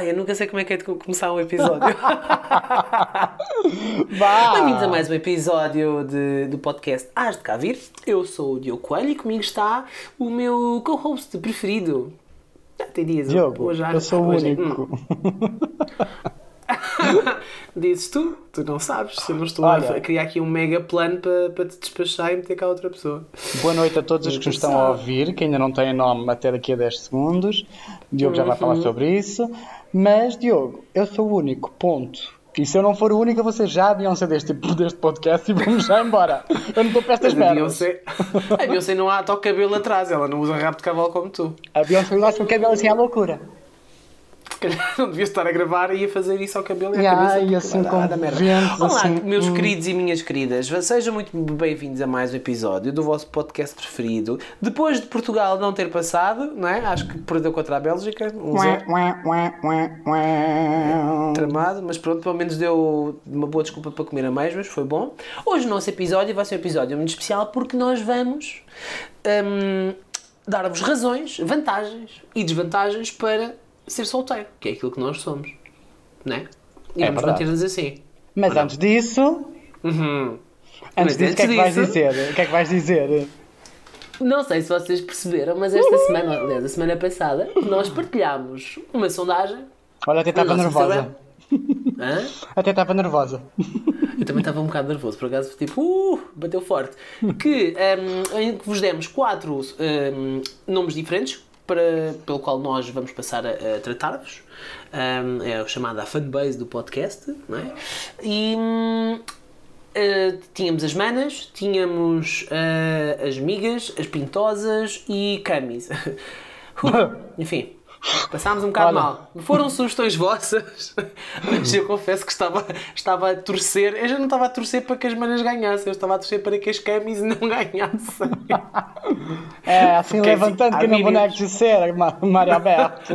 Ai, eu nunca sei como é que é de começar um episódio. Vá! Bem-vindos a mais um episódio do podcast Hás de Cá Vir. Eu sou o Diogo Coelho e comigo está o meu co-host preferido. Já tem dias. Diogo, hoje, eu sou o hoje, único. Dizes tu não sabes. Se eu não estou Olha. a criar aqui um mega plano para te despachar e meter cá outra pessoa. Boa noite a todos os que nos estão a ouvir, que ainda não têm nome até daqui a 10 segundos. O Diogo já vai falar sobre isso. Mas, Diogo, eu sou o único, ponto. E se eu não for o único, você já a Beyoncé deste podcast e vamos já embora. Eu não estou para estas merdas. A Beyoncé não há toque cabelo atrás, ela não usa rabo de cavalo como tu. A Beyoncé gosta do cabelo assim à loucura. Não devias estar a gravar e a fazer isso ao cabelo e à Yeah, cabeça. e assim com merda. ventos, Olá, assim, meus queridos e minhas queridas. Sejam muito bem-vindos a mais um episódio do vosso podcast preferido. Depois de Portugal não ter passado, não é? Acho que perdeu contra a Bélgica. 1-0. Tramado, mas pronto, pelo menos deu uma boa desculpa para comer amêijoas, foi bom. Hoje o nosso episódio vai ser um episódio muito especial porque nós vamos dar-vos razões, vantagens e desvantagens para ser solteiro, que é aquilo que nós somos, não é? E vamos manter-nos assim. Mas antes disso... Antes disso, o que é que vais dizer? O que é que vais dizer? Não sei se vocês perceberam, mas esta semana, aliás, a semana passada, nós partilhámos uma sondagem. Olha, até estava nervosa. Hã? Até estava nervosa. Eu também estava um bocado nervoso, por acaso, tipo, bateu forte. Em que vos demos 4 nomes diferentes, pelo qual nós vamos passar a tratar-vos. É a chamada fanbase do podcast, não é? E tínhamos as manas, tínhamos as migas, as pintosas e camis. Enfim, passámos um bocado mal. Foram sugestões vossas, mas eu confesso que estava a torcer. Eu já não estava a torcer para que as manas ganhassem, eu estava a torcer para que as camis não ganhassem. É, assim porque levantando que não boneco de ser, Mário Alberto.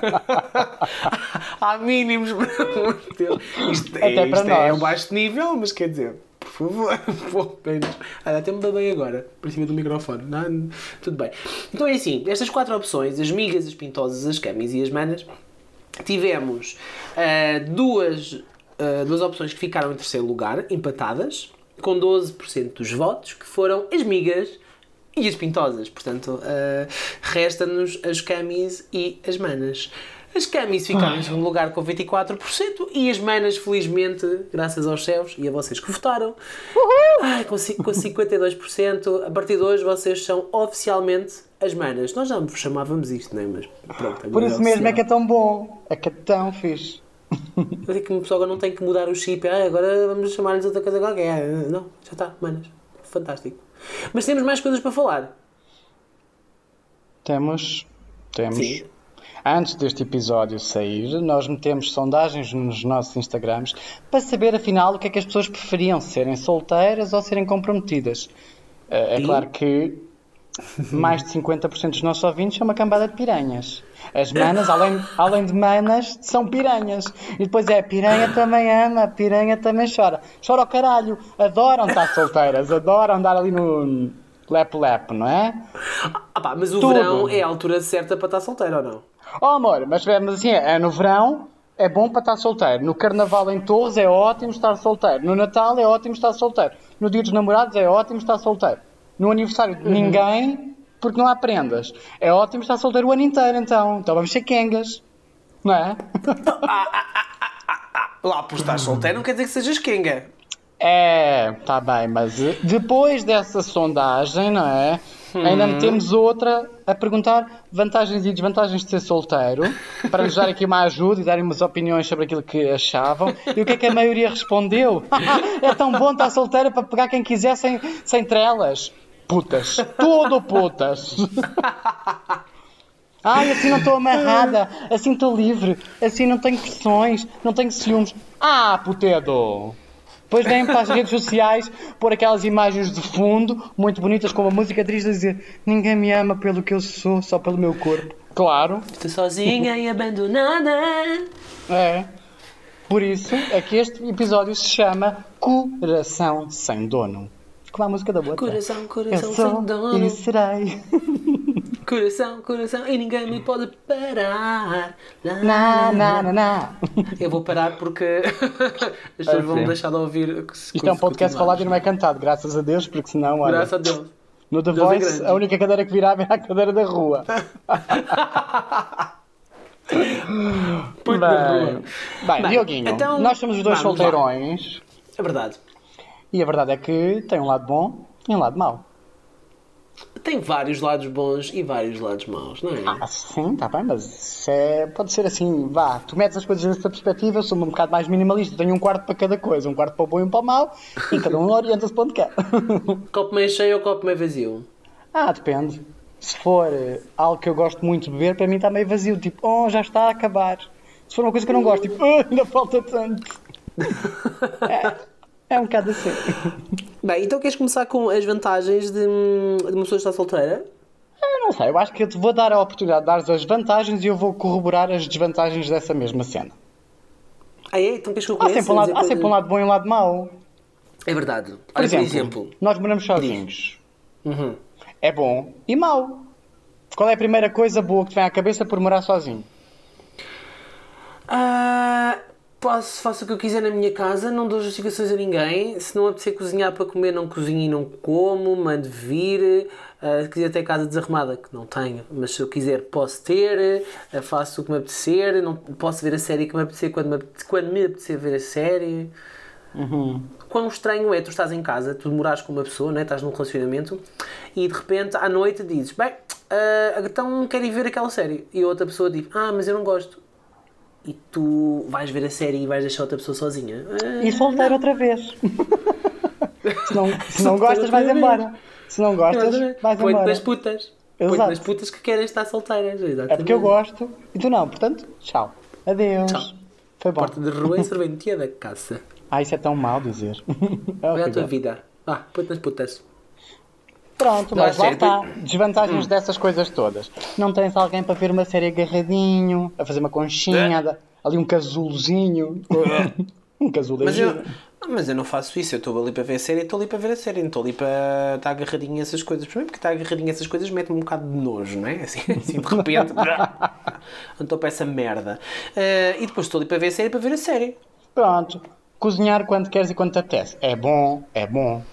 Há mínimos, isto é um baixo nível, mas quer dizer, por favor, pelo menos. Até me babei agora, por cima do microfone. Não, tudo bem. Então é assim, estas 4 opções, as migas, as pintosas, as camis e as manas, tivemos duas opções que ficaram em terceiro lugar, empatadas, com 12% dos votos, que foram as migas e as pintosas. Portanto, resta-nos as camis e as manas. As camis ficaram em segundo lugar com 24% e as manas, felizmente, graças aos céus e a vocês que votaram, com 52%. A partir de hoje vocês são oficialmente as manas. Nós já vos chamávamos isto, não é? Mas pronto, por isso mesmo é que é tão bom, é que é tão fixe. Eu digo que o pessoal não tem que mudar o chip. Agora vamos chamar-lhes outra coisa qualquer. Não, já está, manas. Fantástico. Mas temos mais coisas para falar. Temos. Sim. Antes deste episódio sair, nós metemos sondagens nos nossos Instagrams para saber, afinal, o que é que as pessoas preferiam, serem solteiras ou serem comprometidas. É claro que mais de 50% dos nossos ouvintes são uma cambada de piranhas. As manas, além de manas, são piranhas. E depois piranha também ama, piranha também chora. Chora ao caralho. Adoram estar solteiras, adoram andar ali no lepo-lepo, não é? Mas o verão é a altura certa para estar solteiro, ou não? Oh amor, mas assim, no verão é bom para estar solteiro. No Carnaval em Torres é ótimo estar solteiro. No Natal é ótimo estar solteiro. No Dia dos Namorados é ótimo estar solteiro. No aniversário de ninguém, porque não há prendas. É ótimo estar solteiro o ano inteiro, então. Então vamos ser quengas. Não é? Lá por estar solteiro não quer dizer que sejas quenga. Tá bem, mas depois dessa sondagem, não é? Ainda metemos outra a perguntar vantagens e desvantagens de ser solteiro, para nos dar aqui uma ajuda e darem umas opiniões sobre aquilo que achavam. E o que é que a maioria respondeu? É tão bom estar solteira para pegar quem quiser sem trelas. Putas. Tudo putas. Assim não estou amarrada, assim estou livre, assim não tenho pressões, não tenho ciúmes. Putedo. Depois vêm para as redes sociais pôr aquelas imagens de fundo, muito bonitas, com uma música triste a dizer: ninguém me ama pelo que eu sou, só pelo meu corpo. Claro. Estou sozinha e abandonada. Por isso é que este episódio se chama Coração Sem Dono. Como a música da outra. Coração eu sou sem dono. E serei. Coração, coração, e ninguém me pode parar. Eu vou parar porque as pessoas vão deixar de ouvir. Isto é um podcast falado e não é cantado, graças a Deus, porque senão, olha... Graças a Deus. No The Voice, a única cadeira que virava era a cadeira da rua. Bem, Dioguinho, então, nós somos os dois solteirões. É verdade. E a verdade é que tem um lado bom e um lado mau. Tem vários lados bons e vários lados maus, não é? Sim, está bem, mas pode ser assim, vá, tu metes as coisas nessa perspectiva, eu sou um bocado mais minimalista, tenho um quarto para cada coisa, um quarto para o bom e um para o mau, e cada um orienta-se para onde quer. Copo meio cheio ou copo meio vazio? Depende. Se for algo que eu gosto muito de beber, para mim está meio vazio, tipo, já está a acabar. Se for uma coisa que eu não gosto, tipo, ainda falta tanto. É um bocado assim. Bem, então queres começar com as vantagens de uma pessoa estar solteira? Não sei, eu acho que eu te vou dar a oportunidade de dar as vantagens e eu vou corroborar as desvantagens dessa mesma cena. Então queres que eu comece? Há sempre um lado bom e um lado mau. É verdade. Por exemplo, nós moramos sozinhos. Uhum. É bom e mau. Qual é a primeira coisa boa que te vem à cabeça por morar sozinho? Faço o que eu quiser na minha casa, não dou justificações a ninguém. Se não apetecer cozinhar para comer, não cozinho e não como, mando vir. Se quiser ter casa desarrumada, que não tenho, mas se eu quiser posso ter. Faço o que me apetecer, não posso ver a série que me apetecer quando me apetecer ver a série. Uhum. Quão estranho é tu estás em casa, tu morares com uma pessoa, né? Estás num relacionamento e de repente à noite dizes, bem, então quero ir ver aquela série. E a outra pessoa diz, mas eu não gosto. E tu vais ver a série e vais deixar outra pessoa sozinha. E solteiro outra vez. se não gostas, vais embora. Se não gostas, vais embora. Põe-te nas putas. Põe-te nas putas que querem estar solteiras. Exatamente. É porque eu gosto e tu não. Portanto, tchau. Adeus. Tchau. Foi bom. Porta de rua e serventia da caça. Isso é tão mau dizer. É a tua vida. Põe-te nas putas. Pronto, mas lá está. Desvantagens dessas coisas todas. Não tens alguém para ver uma série agarradinho, a fazer uma conchinha, ali um casulozinho. Um casulo mas eu não faço isso. Eu estou ali para ver a série e estou ali para ver a série. Não estou ali para estar agarradinho a essas coisas. Primeiro porque estar agarradinho a essas coisas mete-me um bocado de nojo, não é? Assim de repente. Não estou para essa merda. E depois estou ali para ver a série para ver a série. Pronto. Cozinhar quando queres e quando te apetece. É bom. É bom.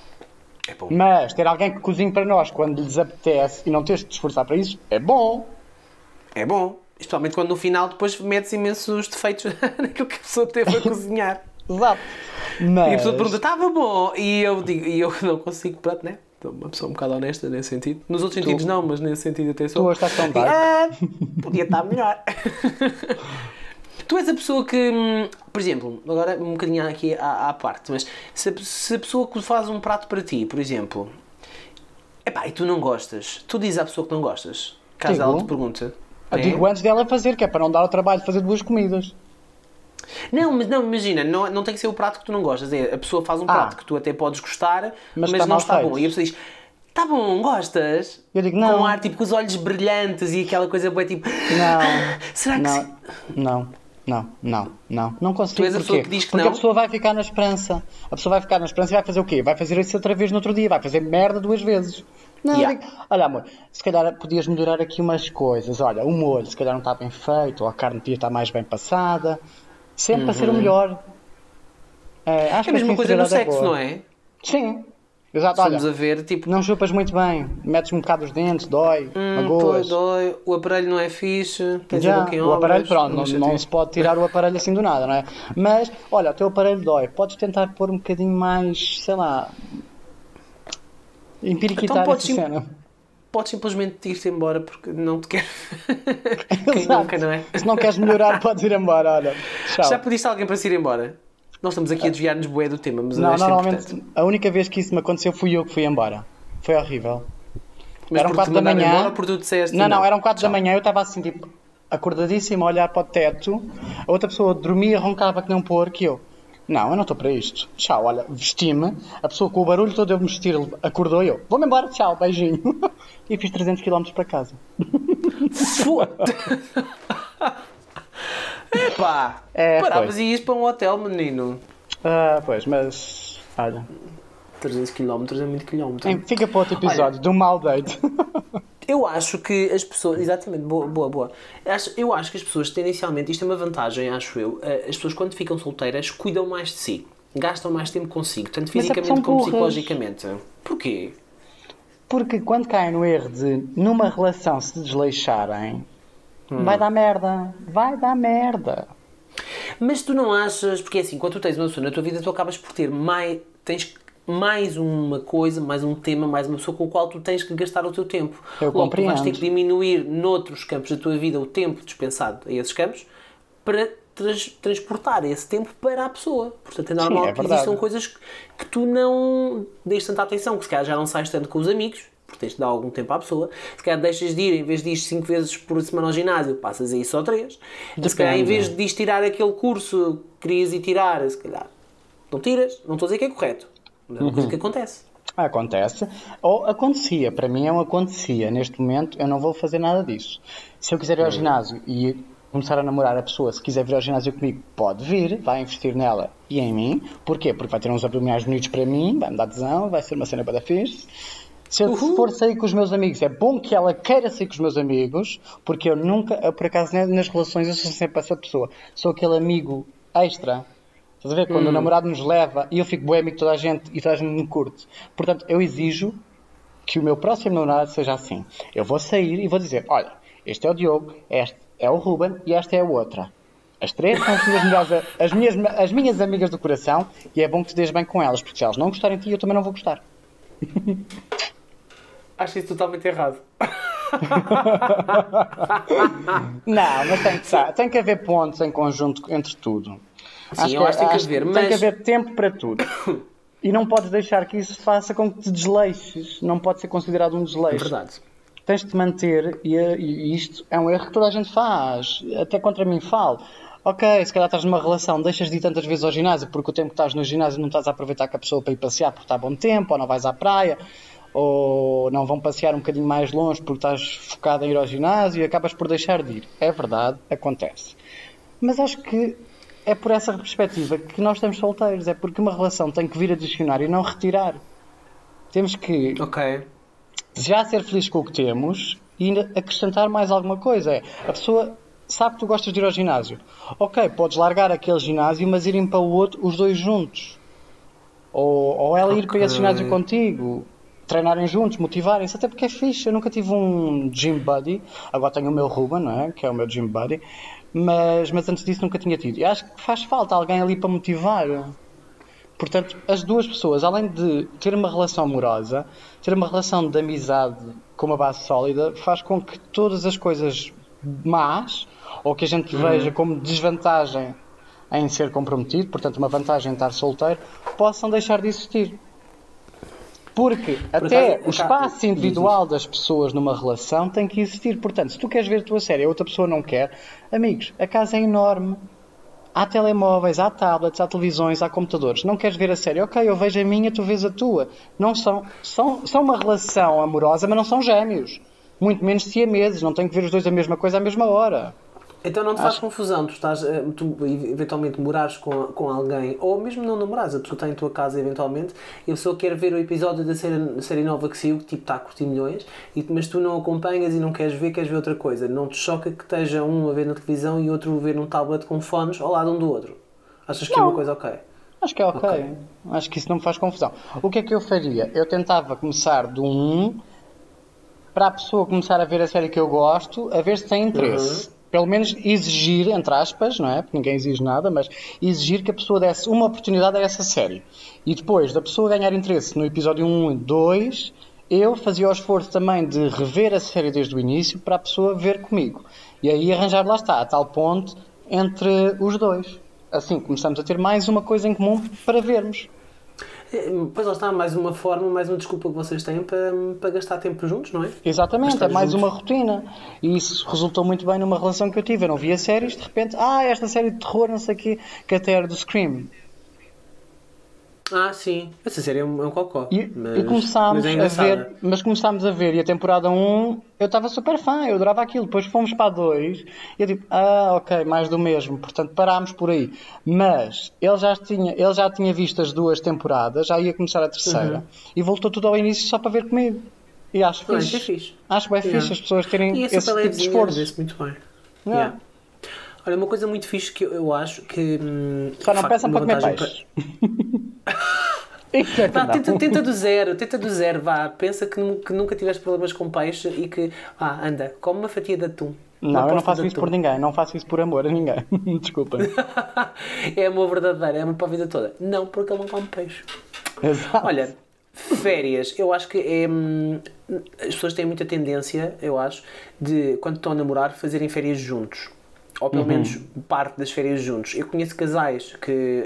Mas ter alguém que cozinhe para nós quando lhes apetece e não teres de te esforçar para isso, é bom. É bom. Especialmente quando no final depois metes imensos defeitos naquilo que a pessoa teve a cozinhar. Exato. Mas... E a pessoa pergunta, estava bom? E eu digo, eu não consigo, pronto, né? Estou uma pessoa um bocado honesta nesse sentido. Nos outros sentidos não, mas nesse sentido até sou. Tu hoje estás tão dark. Podia estar melhor. Tu és a pessoa que, por exemplo, agora um bocadinho aqui à parte, mas se a pessoa que faz um prato para ti, por exemplo, e tu não gostas, tu dizes à pessoa que não gostas, caso ela te pergunte. Eu digo antes dela fazer, que é para não dar o trabalho de fazer 2 comidas. Não, imagina, não tem que ser o prato que tu não gostas, a pessoa faz um prato que tu até podes gostar, mas não está bom, e a pessoa diz, está bom, gostas? Eu digo não. Com ar, tipo, com os olhos brilhantes e aquela coisa boa, tipo, não, será que sim? Não consigo. Tu és a pessoa que diz que porque não? A pessoa vai ficar na esperança. A pessoa vai ficar na esperança e vai fazer o quê? Vai fazer isso outra vez no outro dia. Vai fazer merda 2 vezes. Não, eu digo, olha amor, se calhar podias melhorar aqui umas coisas. Olha, o molho se calhar não está bem feito, ou a carne podia estar mais bem passada. Sempre para ser o melhor. Acho que a mesma coisa no sexo, não é? Sim. Exato, olha, a ver, tipo... não chupas muito bem, metes um bocado os dentes, dói, magoas. Dói, o aparelho não é fixe, o aparelho, pronto, não se pode tirar o aparelho assim do nada, não é? Mas, olha, o teu aparelho dói, podes tentar pôr um bocadinho mais, sei lá, empiriquitar essa cena. Podes simplesmente ir-te embora porque não te quero. Quem nunca, não é? Se não queres melhorar, podes ir embora, olha. Tchau. Já pediste alguém para se ir embora? Nós estamos aqui a desviar-nos bué do tema, mas não, normalmente a única vez que isso me aconteceu fui eu que fui embora. Foi horrível. Mas eram 4 da manhã. Embora, por tu disseste, não, eram 4 da manhã, eu estava assim, tipo, acordadíssimo a olhar para o teto. A outra pessoa dormia, roncava que nem um porco e eu não estou para isto. Tchau, olha, vesti-me. A pessoa com o barulho todo eu me vestir acordou e eu vou-me embora, tchau, beijinho. E fiz 300 km para casa. Epá! Paravas e ias para um hotel, menino. Pois, mas... Olha... 300 km é muito quilómetro. Fica para outro episódio, do mau date. Eu acho que as pessoas... Exatamente, boa. Eu acho que as pessoas, tendencialmente, isto é uma vantagem, acho eu, as pessoas quando ficam solteiras cuidam mais de si. Gastam mais tempo consigo, tanto fisicamente como psicologicamente. Porquê? Porque quando caem no erro de, numa relação, se desleixarem, vai dar merda. Mas tu não achas... Porque assim, quando tu tens uma pessoa na tua vida, tu acabas por ter mais... Tens mais uma coisa, mais um tema, mais uma pessoa com o qual tu tens que gastar o teu tempo. Logo, tu vais ter que diminuir noutros campos da tua vida o tempo dispensado a esses campos para transportar esse tempo para a pessoa. Portanto, é normal que existam coisas que tu não dês tanta atenção, que se calhar já não sais tanto com os amigos, porque tens de dar algum tempo à pessoa. Se calhar deixas de ir, em vez de ir 5 vezes por semana ao ginásio, passas a ir só 3. Se calhar, em vez de ir tirar aquele curso que querias ir tirar, se calhar não tiras. Não estou a dizer que é correto. Mas é uma coisa que acontece. Acontece. Ou acontecia. Para mim é um acontecia. Neste momento eu não vou fazer nada disso. Se eu quiser ir ao ginásio e começar a namorar a pessoa, se quiser vir ao ginásio comigo, pode vir, vai investir nela e em mim. Porquê? Porque vai ter uns abdominais bonitos para mim, vai me dar tesão, vai ser uma cena para dar fixe. Se eu for sair com os meus amigos, é bom que ela queira sair com os meus amigos, porque eu nunca, por acaso nas relações, eu sou sempre essa pessoa. Sou aquele amigo extra. Estás a ver? Quando o namorado nos leva e eu fico bué amigo de toda a gente e toda a gente me curte. Portanto, eu exijo que o meu próximo namorado seja assim. Eu vou sair e vou dizer, olha, este é o Diogo, este é o Ruben e esta é a outra. As três são as minhas amigas do coração e é bom que te dês bem com elas, porque se elas não gostarem de ti, eu também não vou gostar. Acho isso totalmente errado. Não, mas tem que haver pontos em conjunto entre tudo. Sim, eu acho que tem que haver, mas... Tem que haver tempo para tudo. E não podes deixar que isso faça com que te desleixes. Não pode ser considerado um desleixo. É verdade. Tens de te manter, e isto é um erro que toda a gente faz. Até contra mim falo. Ok, se calhar estás numa relação, deixas de ir tantas vezes ao ginásio, porque o tempo que estás no ginásio não estás a aproveitar com a pessoa para ir passear porque está a bom tempo, ou não vais à praia, ou não vão passear um bocadinho mais longe porque estás focado em ir ao ginásio e acabas por deixar de ir. É verdade, acontece. Mas acho que é por essa perspectiva que nós estamos solteiros. É porque uma relação tem que vir adicionar e não retirar. Temos que já ser felizes com o que temos e ainda acrescentar mais alguma coisa. A pessoa sabe que tu gostas de ir ao ginásio. Ok, podes largar aquele ginásio, mas irem para o outro os dois juntos. Ou ela ir para esse ginásio contigo. Treinarem juntos, motivarem-se. Até porque é fixe. Eu nunca tive um gym buddy. Agora tenho o meu Ruben, não é? Que é o meu gym buddy. Mas antes disso nunca tinha tido. E acho que faz falta alguém ali para motivar. Portanto, as duas pessoas, além de ter uma relação amorosa, ter uma relação de amizade com uma base sólida, faz com que todas as coisas más, ou que a gente veja como desvantagem em ser comprometido, portanto uma vantagem em estar solteiro, possam deixar de existir. Porque até o espaço individual das pessoas numa relação tem que existir. Portanto, se tu queres ver a tua série e a outra pessoa não quer, amigos, a casa é enorme. Há telemóveis, há tablets, há televisões, há computadores. Não queres ver a série? Ok, eu vejo a minha, tu vês a tua. Não são uma relação amorosa, mas não são gêmeos. Muito menos siameses. Não têm que ver os dois a mesma coisa à mesma hora. Então não te faz confusão, tu eventualmente morares com alguém, ou mesmo não namorares, a pessoa está em tua casa eventualmente, e a pessoa quer ver o episódio da série nova que saiu, que tipo está a curtir milhões, mas tu não acompanhas e não queres ver outra coisa. Não te choca que esteja um a ver na televisão e outro a ver num tablet com fones ao lado um do outro? Achas que é uma coisa ok? Acho que é ok. Acho que isso não me faz confusão. O que é que eu faria? Eu tentava começar de para a pessoa começar a ver a série que eu gosto, a ver se tem interesse. Pelo menos exigir, entre aspas, não é? Porque ninguém exige nada, mas exigir que a pessoa desse uma oportunidade a essa série. E depois da pessoa ganhar interesse no episódio 1 e 2, eu fazia o esforço também de rever a série desde o início para a pessoa ver comigo. E aí arranjar, lá está, a tal ponto entre os dois. Assim começamos a ter mais uma coisa em comum para vermos. Pois lá está, mais uma forma, mais uma desculpa que vocês têm para gastar tempo juntos, não é? Exatamente, é mais uma rotina. E isso resultou muito bem numa relação que eu tive. Eu não via séries, de repente, esta série de terror, não sei o quê, que até era do Scream. Sim. Essa série é um cocó. E começámos a ver, e a temporada 1, eu estava super fã, eu adorava aquilo. Depois fomos para a 2, e eu tipo, ok, mais do mesmo. Portanto, parámos por aí. Mas ele já tinha visto as 2 temporadas, já ia começar a terceira, e voltou tudo ao início só para ver comigo. E acho Não, fixe. é fixe. Acho bem fixe as pessoas terem E esse tipo de esforço. vê-se muito bem. Yeah. Olha, uma coisa muito fixe que eu acho que... Só não peçam para comer peixe. Vá, tenta do zero, vá. Pensa que nunca tiveste problemas com peixe e que, anda, come uma fatia de atum. Não, eu não faço isso por ninguém, não faço isso por amor a ninguém. Desculpa. É amor verdadeiro, é amor para a vida toda. Não, porque ele não come peixe. Exato. Olha, férias, eu acho que as pessoas têm muita tendência, eu acho, de, quando estão a namorar, fazerem férias juntos. Ou pelo menos parte das férias juntos. Eu conheço casais que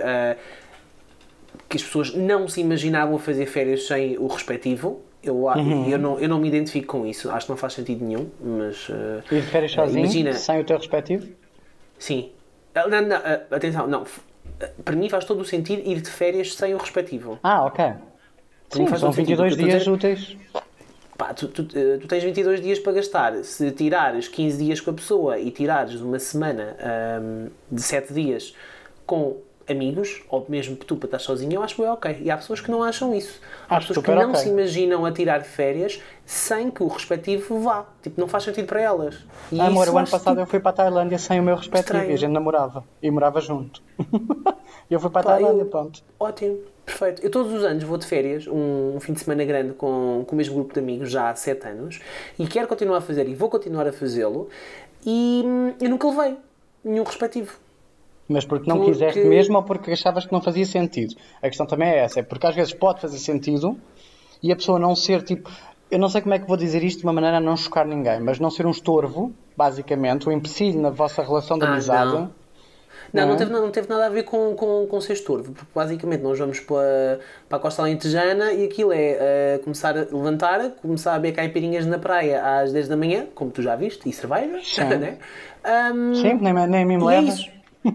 as pessoas não se imaginavam fazer férias sem o respectivo. Eu não me identifico com isso, acho que não faz sentido nenhum, mas... Ir de férias sozinho, sem o teu respectivo? Sim. Atenção, não. Para mim faz todo o sentido ir de férias sem o respectivo. Ok. Sim, são 22 dias úteis. Pá, tu tens 22 dias para gastar. Se tirares 15 dias com a pessoa e tirares uma semana de 7 dias com amigos, ou mesmo que tu para estar sozinho, eu acho que é ok. E há pessoas que não acham isso. Há pessoas que não se imaginam a tirar férias sem que o respectivo vá. Tipo, não faz sentido para elas. E amor, o ano passado eu fui para a Tailândia sem o meu respectivo e a gente namorava. E morava junto. E eu fui para a Tailândia, pronto. Ótimo, perfeito. Eu todos os anos vou de férias, um fim de semana grande com o mesmo grupo de amigos, já há 7 anos, e quero continuar a fazer, e vou continuar a fazê-lo, e eu nunca levei nenhum respectivo. Mas porque não quiseste mesmo ou porque achavas que não fazia sentido? A questão também é essa, é porque às vezes pode fazer sentido e a pessoa não ser tipo... Eu não sei como é que vou dizer isto de uma maneira a não chocar ninguém, mas não ser um estorvo, basicamente, um empecilho na vossa relação de amizade. Não teve nada a ver com ser estorvo, porque basicamente nós vamos para a Costa Alentejana e aquilo é começar a levantar, começar a beber caipirinhas na praia às 10 da manhã, como tu já viste, e cerveja, né? Sim, nem me levas.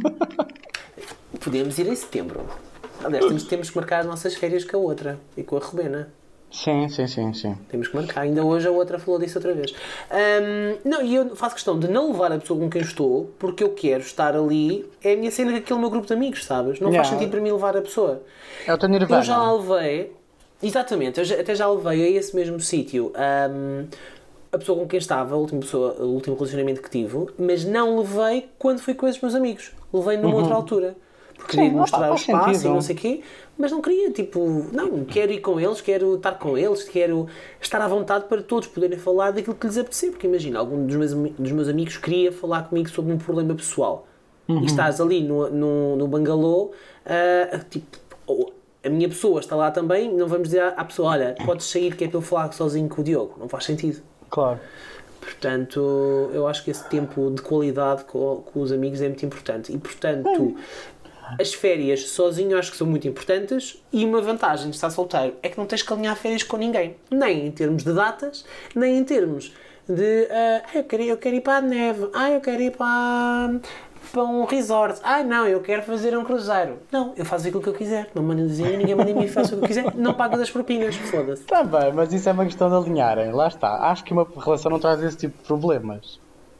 Podemos ir em setembro. Aliás, temos que marcar as nossas férias com a outra e com a Rubena. Sim. Temos que marcar. Ainda hoje a outra falou disso outra vez. E eu faço questão de não levar a pessoa com quem estou, porque eu quero estar ali. É a minha cena com aquele meu grupo de amigos, sabes? Não faz sentido para mim levar a pessoa. É o teu nirvana. Eu já levei. Exatamente, até já levei a esse mesmo sítio a pessoa com quem estava, o último relacionamento que tive, mas não levei quando fui com esses meus amigos. Levei numa outra altura. Porque queria mostrar o espaço e não sei o quê, mas não queria, não, quero ir com eles, quero estar com eles, quero estar à vontade para todos poderem falar daquilo que lhes apetecer, porque imagina, algum dos meus amigos queria falar comigo sobre um problema pessoal, e estás ali no bangalô, a minha pessoa está lá também, não vamos dizer à pessoa, olha, podes sair que é para eu falar sozinho com o Diogo, não faz sentido. Claro. Portanto, eu acho que esse tempo de qualidade com os amigos é muito importante, e portanto... As férias sozinho acho que são muito importantes, e uma vantagem de estar solteiro é que não tens que alinhar férias com ninguém, nem em termos de datas, nem em termos de eu quero ir para a neve, eu quero ir para um resort, não, eu quero fazer um cruzeiro. Não, eu faço aquilo que eu quiser, não mando dizer, ninguém manda em mim, faço o que eu quiser, não pago das propinas, foda-se. Está bem, mas isso é uma questão de alinharem, lá está. Acho que uma relação não traz esse tipo de problemas.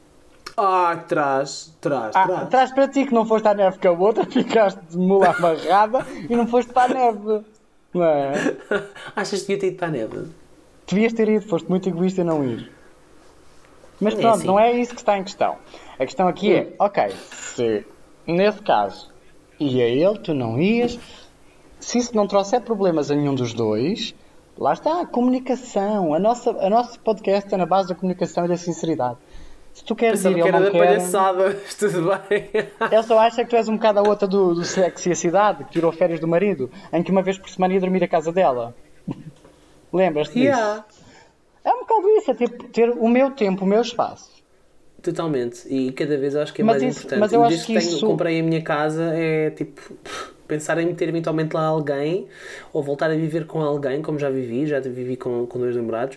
Traz. Traz para ti que não foste à neve com a outra, ficaste de mula amarrada e não foste para a neve. Não é? Achas que devia ter ido para a neve? Devias ter ido, foste muito egoísta em não ir. Mas pronto, assim. Não é isso que está em questão. A questão aqui é, se nesse caso ia ele, tu não ias, se isso não trouxer problemas a nenhum dos dois, lá está a comunicação. O nosso podcast é na base da comunicação e da sinceridade. Se tu queres ir, eu não quero... palhaçada, tudo bem. Eu só acho que tu és um bocado a outra do Sexo e a Cidade, que tirou férias do marido, em que uma vez por semana ia dormir à casa dela. Lembras-te disso? É um bocado isso, é ter o meu tempo, o meu espaço. Totalmente, e cada vez acho que é mais importante. Mas eu acho que comprei a minha casa, é pensar em meter eventualmente lá alguém, ou voltar a viver com alguém, como já vivi com 2 namorados.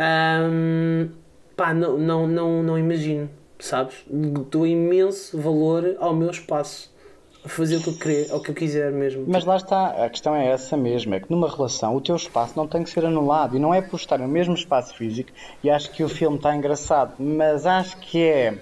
Não imagino, sabes? Dou imenso valor ao meu espaço, a fazer o que eu querer, ao que eu quiser mesmo. Mas lá está, a questão é essa mesmo, é que numa relação o teu espaço não tem que ser anulado, e não é por estar no mesmo espaço físico, e acho que o filme está engraçado, mas acho que é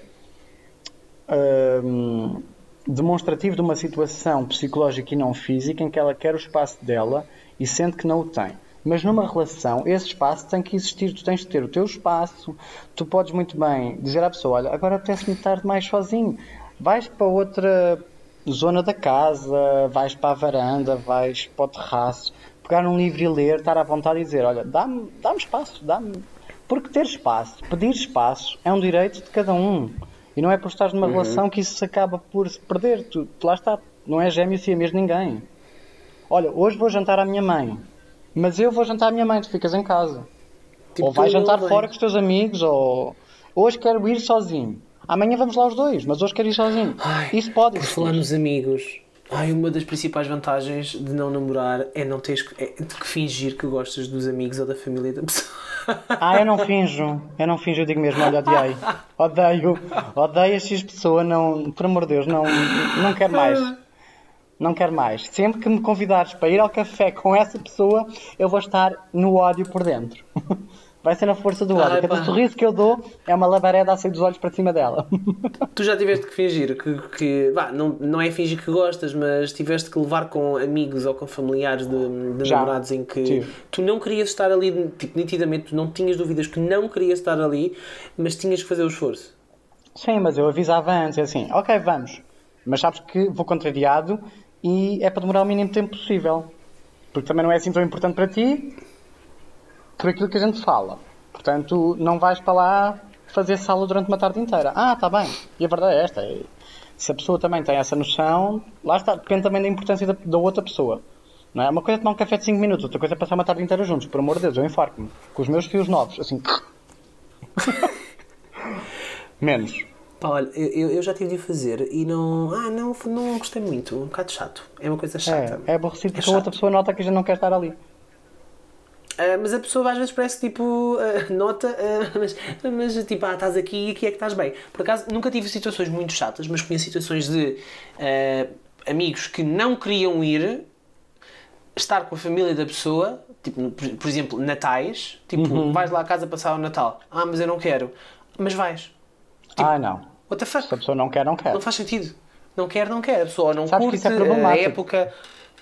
demonstrativo de uma situação psicológica e não física em que ela quer o espaço dela e sente que não o tem. Mas numa relação, esse espaço tem que existir, tu tens de ter o teu espaço, tu podes muito bem dizer à pessoa, olha, agora apetece-me estar mais sozinho, vais para outra zona da casa, vais para a varanda, vais para o terraço, pegar um livro e ler, estar à vontade e dizer, olha, dá-me espaço, dá-me... Porque ter espaço, pedir espaço, é um direito de cada um. E não é por estar numa relação que isso se acaba por se perder. Tu lá está, não é gêmeo siamês ninguém. Olha, hoje vou jantar à minha mãe, mas eu vou jantar à minha mãe, tu ficas em casa. Tipo, ou vais jantar fora com os teus amigos, ou hoje quero ir sozinho. Amanhã vamos lá os dois, mas hoje quero ir sozinho. Ai, isso pode existir. Por falar nos amigos, uma das principais vantagens de não namorar é não teres que fingir que gostas dos amigos ou da família da pessoa. Eu não finjo, eu digo mesmo, olha, odeio a X pessoa, não, por amor de Deus, não quero mais. Não quero mais. Sempre que me convidares para ir ao café com essa pessoa, eu vou estar no ódio por dentro. Vai ser na força do ódio. Cada sorriso que eu dou é uma labareda a sair dos olhos para cima dela. Tu já tiveste que fingir não é fingir que gostas, mas tiveste que levar com amigos ou com familiares de namorados em que tu não querias estar ali, tipo, nitidamente, tu não tinhas dúvidas que não querias estar ali, mas tinhas que fazer o esforço. Sim, mas eu avisava antes, assim, ok, vamos, mas sabes que vou contrariado e é para demorar o mínimo tempo possível. Porque também não é assim tão importante para ti por aquilo que a gente fala. Portanto, não vais para lá fazer sala durante uma tarde inteira. Está bem. E a verdade é esta. Se a pessoa também tem essa noção, lá está. Depende também da importância da outra pessoa. Não é? Uma coisa é tomar um café de 5 minutos, outra coisa é passar uma tarde inteira juntos. Por amor de Deus, eu infarto-me. Com os meus fios novos. Assim. Menos. Pá, olha, eu já tive de fazer e não gostei muito. Um bocado chato. É uma coisa chata. É aborrecido porque a outra pessoa nota que a gente não quer estar ali. Mas a pessoa às vezes parece tipo, nota, mas tipo, estás aqui e aqui é que estás bem. Por acaso nunca tive situações muito chatas, mas conheço situações de amigos que não queriam ir estar com a família da pessoa, tipo, por exemplo, natais, tipo, vais lá à casa passar o Natal, mas eu não quero, mas vais. Tipo, não. What the fuck? Se a pessoa não quer, não quer. Não faz sentido. Não quer, a pessoa não Sabes curte que isso é a época.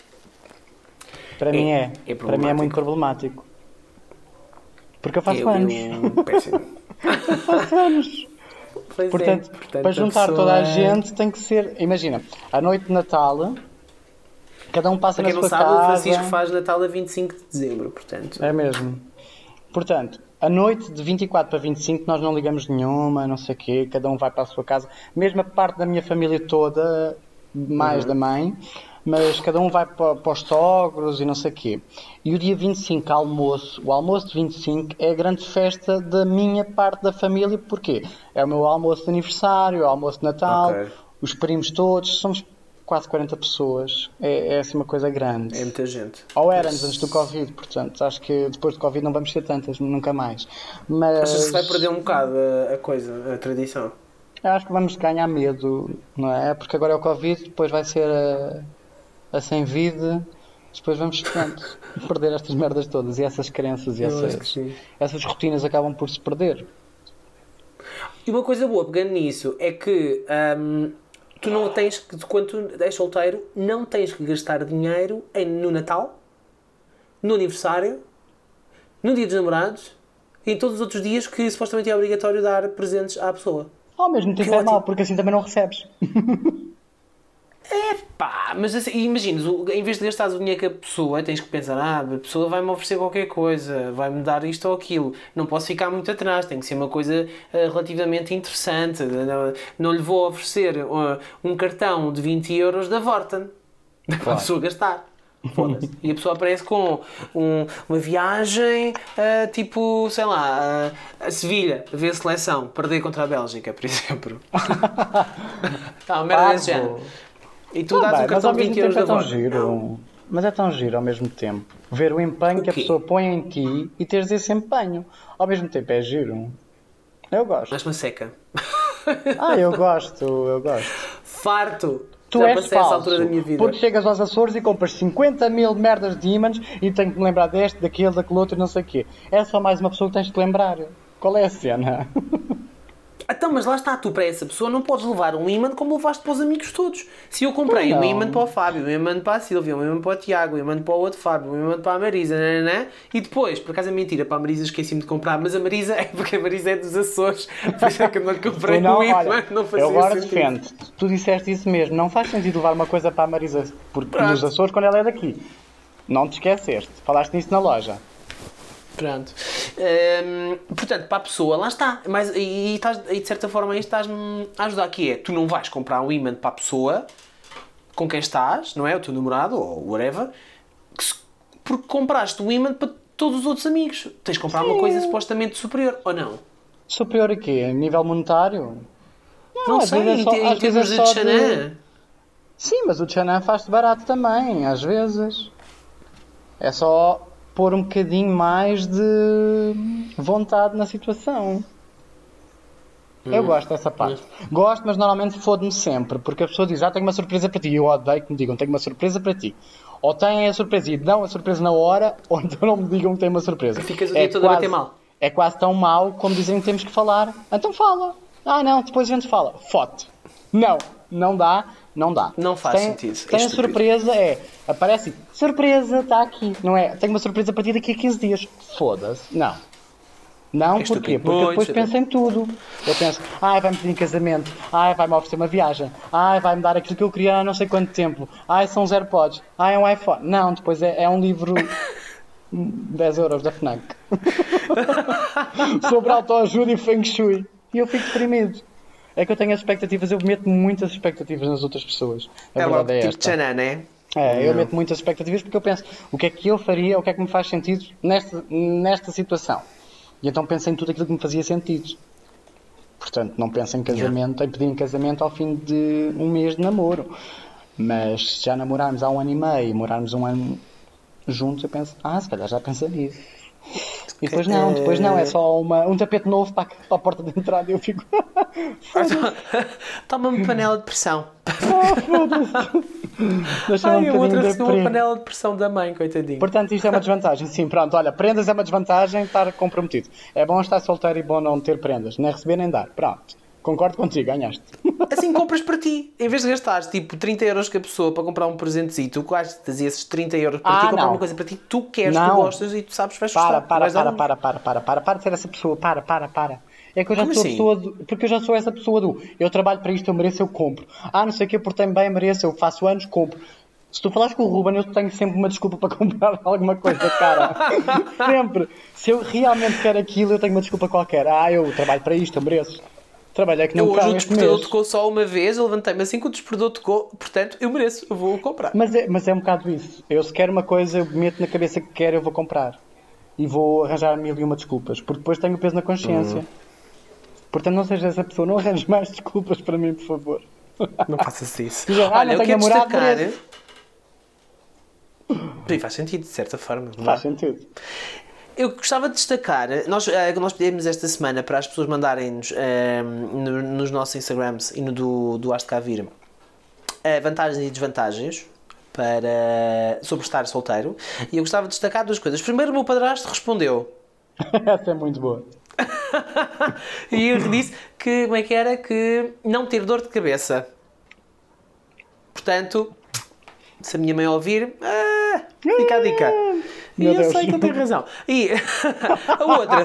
Para mim é. Para mim é muito problemático. Porque eu faço anos. Péssimo. Eu faço anos. Portanto, para juntar toda a gente tem que ser... Imagina, à noite de Natal, cada um passa na sua casa... Para quem não sabe, o Francisco faz Natal a 25 de dezembro, portanto... É mesmo. Portanto, a noite de 24 para 25 nós não ligamos nenhuma, não sei o quê, cada um vai para a sua casa. Mesmo a parte da minha família toda, mais da mãe... Mas cada um vai para os sogros e não sei o quê. E o dia 25, almoço, o almoço de 25 é a grande festa da minha parte da família. Porquê? É o meu almoço de aniversário, o almoço de Natal, os primos todos, somos quase 40 pessoas. É assim uma coisa grande. É muita gente. Ou éramos antes do Covid, portanto, acho que depois do Covid não vamos ser tantas, nunca mais. Mas... Achas que vai perder um bocado a coisa, a tradição? Eu acho que vamos ganhar medo, não é? Porque agora é o Covid, depois vai ser a sem vida, depois vamos perder estas merdas todas e essas crenças e essas rotinas acabam por se perder. E uma coisa boa pegando nisso é que tu não tens que, quando tu és solteiro, não tens que gastar dinheiro no Natal, no aniversário, no dia dos namorados e em todos os outros dias que supostamente é obrigatório dar presentes à pessoa. Ao mesmo tempo é mau, porque assim também não recebes. Mas assim, imaginas, em vez de gastares o dinheiro com a pessoa, tens que pensar, a pessoa vai-me oferecer qualquer coisa, vai-me dar isto ou aquilo, não posso ficar muito atrás, tem que ser uma coisa relativamente interessante, não lhe vou oferecer um cartão de 20 euros da Vorten, para a pessoa gastar. Foda-se. E a pessoa aparece com uma viagem tipo, sei lá, a Sevilha, a ver a seleção, perder contra a Bélgica, por exemplo. Uma merda desse género. E tu dás um cartão de 20 euros da Vodafone. Mas é tão giro ao mesmo tempo. Ver o empenho que a pessoa põe em ti e teres esse empenho. Ao mesmo tempo é giro. Eu gosto. Mas uma seca. Eu gosto. Farto. Tu já és passei essa altura da minha vida. Porque chegas aos Açores e compras 50 mil merdas de ímãs e tenho que me lembrar deste, daquele, daquele outro e não sei o quê. É só mais uma pessoa que tens que lembrar. Qual é a cena? Então, mas lá está, tu para essa pessoa não podes levar um imã como levaste para os amigos todos. Se eu comprei um imã para o Fábio, um imã para a Silvia, um imã para o Tiago, um imã para o outro Fábio, um imã para a Marisa, né? E depois, por acaso é mentira, para a Marisa esqueci-me de comprar, mas a Marisa é porque a Marisa é dos Açores, por isso é que eu não lhe comprei um imã, não fazia eu agora sentido. defendo, tu disseste isso mesmo, não faz sentido levar uma coisa para a Marisa nos Açores quando ela é daqui. Não te esqueceste, falaste nisso na loja. Pronto. Portanto, para a pessoa, lá está. Mas, e de certa forma aí estás-me a ajudar. Que é, tu não vais comprar um imã para a pessoa com quem estás, não é? O teu namorado ou whatever, porque compraste um imã para todos os outros amigos. Tens de comprar uma coisa supostamente superior, ou não? Superior a quê? A nível monetário? Não sei, em termos de Chanã. Sim, mas o Chanã faz-te barato também, às vezes. É só pôr um bocadinho mais de vontade na situação. Eu gosto dessa parte. Gosto, mas normalmente fodo-me sempre, porque a pessoa diz, tenho uma surpresa para ti, e eu odeio que me digam, tenho uma surpresa para ti. Ou têm a surpresa e dão a surpresa na hora, ou então não me digam que têm uma surpresa. Ficas o dia todo a bater mal. É quase tão mau como dizem que temos que falar. Então fala. Não, depois a gente fala. Foto. Não dá. Não faz sentido. Tem a surpresa, aparece, surpresa, está aqui. Não é, tenho uma surpresa para ti daqui a 15 dias. Foda-se. Não, porquê? Porque depois penso em tudo. Eu penso, vai-me pedir em casamento, vai-me oferecer uma viagem, vai-me dar aquilo que eu queria há não sei quanto tempo, são os AirPods, é um iPhone. Não, depois é um livro 10 euros da FNAC sobre autoajuda e Feng Shui. E eu fico deprimido. É que eu tenho as expectativas, eu meto muitas expectativas nas outras pessoas. A verdade é esta. Tipo né? Eu meto muitas expectativas porque eu penso, o que é que eu faria, o que é que me faz sentido nesta situação. E então penso em tudo aquilo que me fazia sentido. Portanto, não penso em casamento, em pedir em casamento ao fim de um mês de namoro. Mas se já namorarmos há 1 ano e meio, morarmos 1 ano juntos, eu penso, se calhar já pensa nisso. E depois não, é só um tapete novo para a porta de entrada e eu fico... Toma-me panela de pressão. Deixa-me a outra recebeu uma panela de pressão da mãe, coitadinho. Portanto, isto é uma desvantagem. Sim, pronto, olha, prendas é uma desvantagem, estar comprometido. É bom estar solteiro e bom não ter prendas, nem receber nem dar. Pronto, concordo contigo, ganhaste. Assim compras para ti. Em vez de gastares tipo 30 euros com a pessoa para comprar um presentezito, tu gastas esses 30 euros para ti comprar uma coisa para ti que tu queres, tu gostas e tu sabes que vais gostar. Para de ser essa pessoa, para. É que eu já sou assim? Porque eu já sou essa pessoa eu trabalho para isto, eu mereço, eu compro. Não sei o que, eu portei-me bem, mereço, eu faço anos, compro. Se tu falares com o Ruben, eu tenho sempre uma desculpa para comprar alguma coisa, cara. Sempre. Se eu realmente quero aquilo, eu tenho uma desculpa qualquer. Eu trabalho para isto, eu mereço. Trabalhei que não hoje o despertador tocou só uma vez, eu levantei-me assim que o despertador tocou, portanto, eu mereço, eu vou comprar. Mas é um bocado isso. Eu se quero uma coisa, eu meto na cabeça que quero, eu vou comprar. E vou arranjar 1001 desculpas, porque depois tenho peso na consciência. Portanto, não seja essa pessoa, não arranjes mais desculpas para mim, por favor. Não faças isso. Olha, eu quero destacar... Sim, faz sentido, de certa forma. Faz sentido. Eu gostava de destacar, nós pedimos esta semana para as pessoas mandarem-nos nos nossos Instagrams e no do Has de Cá Vir vantagens e desvantagens sobre estar solteiro, e eu gostava de destacar 2 coisas. Primeiro, o meu padrasto respondeu. Essa é muito boa. E eu disse que, como é que era? Que não ter dor de cabeça. Portanto, se a minha mãe ouvir, fica a dica. E eu sei que ele tem razão. E a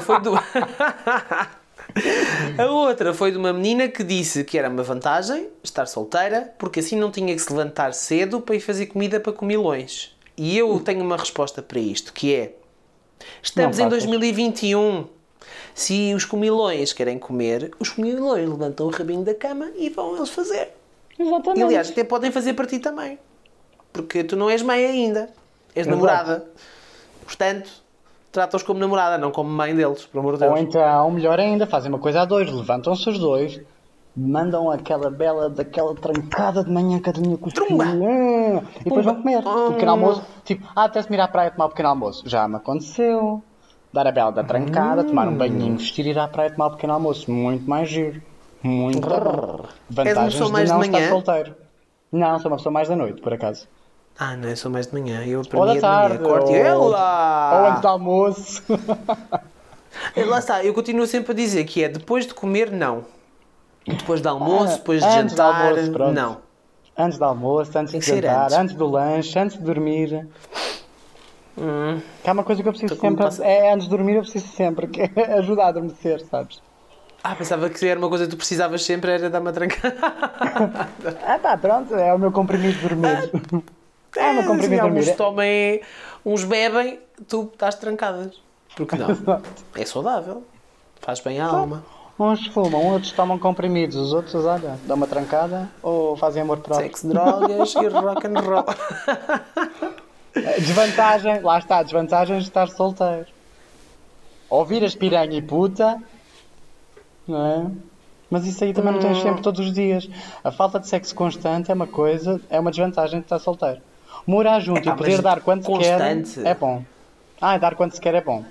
outra foi de uma menina que disse que era uma vantagem estar solteira, porque assim não tinha que se levantar cedo para ir fazer comida para comilões. E eu tenho uma resposta para isto, que é: estamos em 2021. Se os comilões querem comer, os comilões levantam o rabinho da cama e vão eles fazer. Exatamente. E aliás, até podem fazer para ti também. Porque tu não és mãe ainda. És namorada. Portanto, trata-os como namorada, não como mãe deles, por amor de Deus. Ou então, melhor ainda, fazem uma coisa a 2. Levantam-se os 2, mandam aquela daquela trancada de manhã, cadinha com os filhos, e depois vão comer. O pequeno almoço, tipo, até-se-me ir à praia tomar o pequeno almoço. Já me aconteceu. Dar a bela da trancada, tomar um banhinho, vestir e ir à praia tomar o pequeno almoço. Muito mais giro. Muito bom. Vantagens de não estar solteiro. Não, sou uma pessoa mais da noite, por acaso. Não, eu sou mais de manhã. Eu ou da tarde, ou antes do almoço. Lá está, eu continuo sempre a dizer que é depois de comer, não. Depois do almoço, depois de antes do jantar. almoço, pronto. Não. Antes do almoço, antes Tem de que ser jantar, antes. antes do lanche, antes de dormir. Que há uma coisa que eu preciso Então, como sempre. passa- É antes de dormir, eu preciso sempre. Que é ajudar a adormecer, sabes? Pensava que era uma coisa que tu precisavas sempre, era dar uma trancada. Pronto, é o meu comprimido de dormir. É o meu comprimido de dormir. Uns tomem, uns bebem, tu estás trancadas. Porque não? É saudável. Faz bem à alma. Uns fumam, outros tomam comprimidos, os outros, olha, dão uma trancada ou fazem amor próprio. Sexo, drogas e rock and roll. Desvantagem, lá está, desvantagens de estar solteiro. Ouvir as piranha e puta, não é? Mas isso aí também não tens sempre todos os dias. A falta de sexo constante é uma coisa, é uma desvantagem de estar solteiro. Morar junto e poder mas dar quando se quer constante. é bom. Dar quando se quer é bom.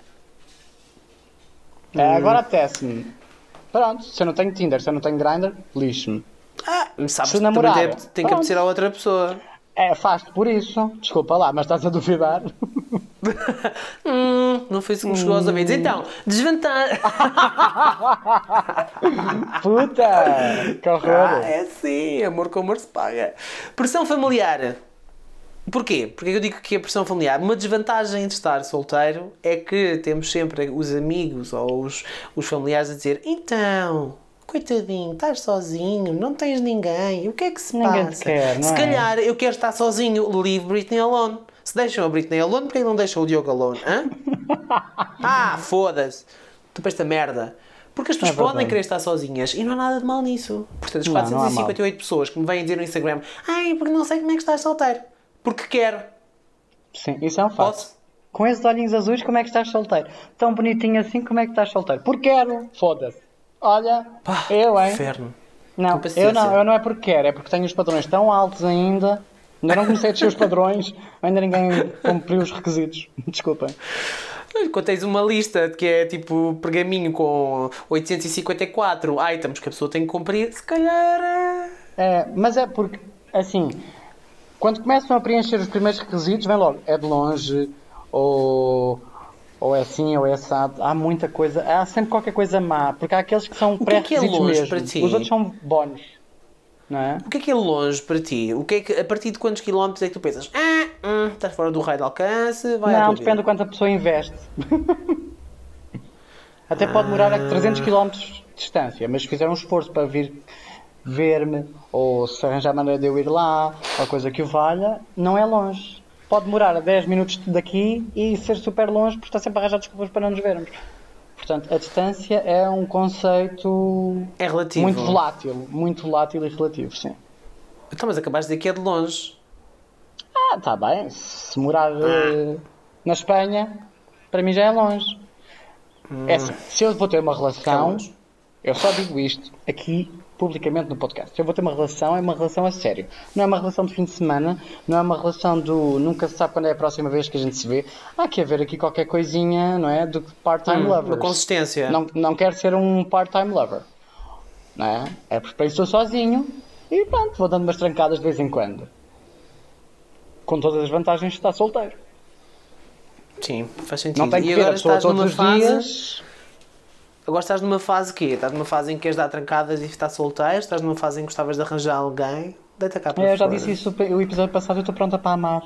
Agora apetece-me. Pronto, se eu não tenho Tinder, se eu não tenho Grindr, lixo-me. Sabes Se que namorar, também tem que pronto. apetecer a outra pessoa. Faz-te por isso. Desculpa lá, mas estás a duvidar. Não foi isso que me chegou aos ouvidos. Então, desvantagem. Puta! Que horror! É sim, amor com amor se paga. Pressão familiar. Porquê? Porque eu digo que a pressão familiar, uma desvantagem de estar solteiro é que temos sempre os amigos ou os familiares a dizer: então, coitadinho, estás sozinho, não tens ninguém, o que é que se Ninguém te passa? quer, não Se é? calhar eu quero estar sozinho, leave Britney alone. Se deixam a Britney alone, porque não deixam o Diogo alone? Hã? Foda-se. Tu para esta merda. Porque as pessoas podem verdade. querer estar sozinhas e não há nada de mal nisso. Portanto, as Não há 458 pessoas que me vêm dizer no Instagram: porque não sei como é que estás solteiro. Porque quero. Sim, isso é um fato. Posso? Com esses olhinhos azuis, como é que estás solteiro? Tão bonitinho assim, como é que estás solteiro? Porque quero! Foda-se! Olha, eu, hein? Inferno. Não, Com paciência. eu não é porque quero, é porque tenho os padrões tão altos ainda. Ainda não comecei a descer os padrões, ainda ninguém cumpriu os requisitos. Desculpem. Quando tens uma lista que é tipo pergaminho com 854 items que a pessoa tem que cumprir, se calhar. Mas é porque, assim, quando começam a preencher os primeiros requisitos, vem logo, é de longe, ou é assim, ou é assado. Há muita coisa, há sempre qualquer coisa má, porque há aqueles que são O que é pré-requisitos longe mesmo. para ti? Os outros são bónus, não é? O que é longe para ti? O que é que, a partir de quantos quilómetros é que tu pensas? Estás fora do raio de alcance, vai à Não, tua depende vida. do quanto a pessoa investe. Até pode demorar a 300 km de distância, mas se fizer um esforço para vir ver-me, ou se arranjar maneira de eu ir lá, ou coisa que o valha, não é longe. Pode demorar a 10 minutos daqui e ser super longe, porque está sempre a arranjar desculpas para não nos vermos. Portanto, a distância é um conceito É relativo. muito volátil e relativo, sim. Então, mas acabaste de dizer que é de longe. Está bem, se morar na Espanha, para mim já é longe. É assim, se eu vou ter uma relação, longe. eu só digo isto aqui publicamente no podcast. Se eu vou ter uma relação, é uma relação a sério. Não é uma relação de fim de semana, não é uma relação do nunca se sabe quando é a próxima vez que a gente se vê. Há que haver aqui qualquer coisinha, não é? Do part-time Uma lovers. consistência. Não quero ser um part-time lover. Não é? É porque para isso estou sozinho e pronto, vou dando umas trancadas de vez em quando. Com todas as vantagens de estar solteiro. Sim, faz sentido. Não tenho que E ver a agora pessoa estás todos numa os fase. dias. Agora estás numa fase quê? Estás numa fase em que queres dar trancadas e estar solteiro? Estás numa fase em que gostavas de arranjar alguém? Deita cá para Eu já fora. disse isso o episódio passado, eu estou pronta para amar.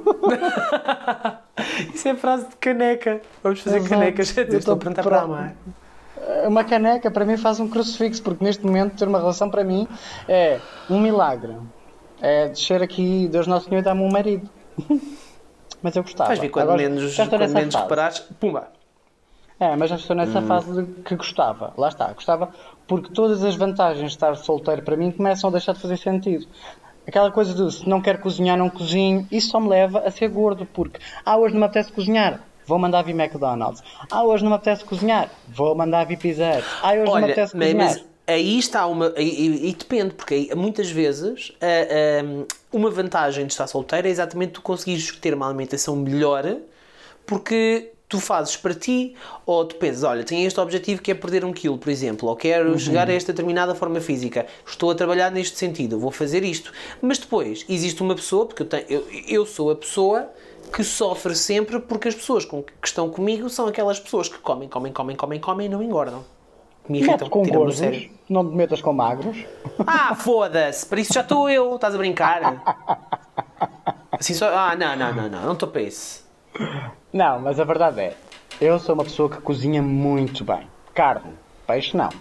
Isso é frase de caneca. Vamos fazer Exato. canecas. Eu Eu estou estou pronta pronto. para amar. Uma caneca para mim faz um crucifixo, porque neste momento ter uma relação para mim é um milagre. É descer aqui, Deus Nosso Senhor, e dar-me um marido. Mas eu gostava. Vais ver quando Agora, menos, já estou quando nessa menos fase. reparares, pumba. Mas já estou nessa fase de que gostava. Lá está, gostava porque todas as vantagens de estar solteiro para mim começam a deixar de fazer sentido. Aquela coisa de se não quero cozinhar, não cozinho, isso só me leva a ser gordo, porque hoje não me apetece cozinhar, vou mandar vir McDonald's. Hoje não me apetece cozinhar, vou mandar vir pizza. Hoje não me apetece cozinhar. Mas aí está uma. E depende, porque aí, muitas vezes uma vantagem de estar solteiro é exatamente tu conseguires ter uma alimentação melhor porque tu fazes para ti, ou tu pensas, olha, tenho este objetivo que é perder 1 kg, por exemplo, ou quero chegar a esta determinada forma física, estou a trabalhar neste sentido, vou fazer isto. Mas depois existe uma pessoa, porque eu sou a pessoa que sofre sempre porque as pessoas que estão comigo são aquelas pessoas que comem e não engordam. me irritam. Mete com Tiram-me do gordos, sério. não te metas com magros. Ah, foda-se! Para isso já estou eu. Estás a brincar? Assim só... Ah, não estou para isso. Não, mas a verdade é, eu sou uma pessoa que cozinha muito bem. Carne, peixe não.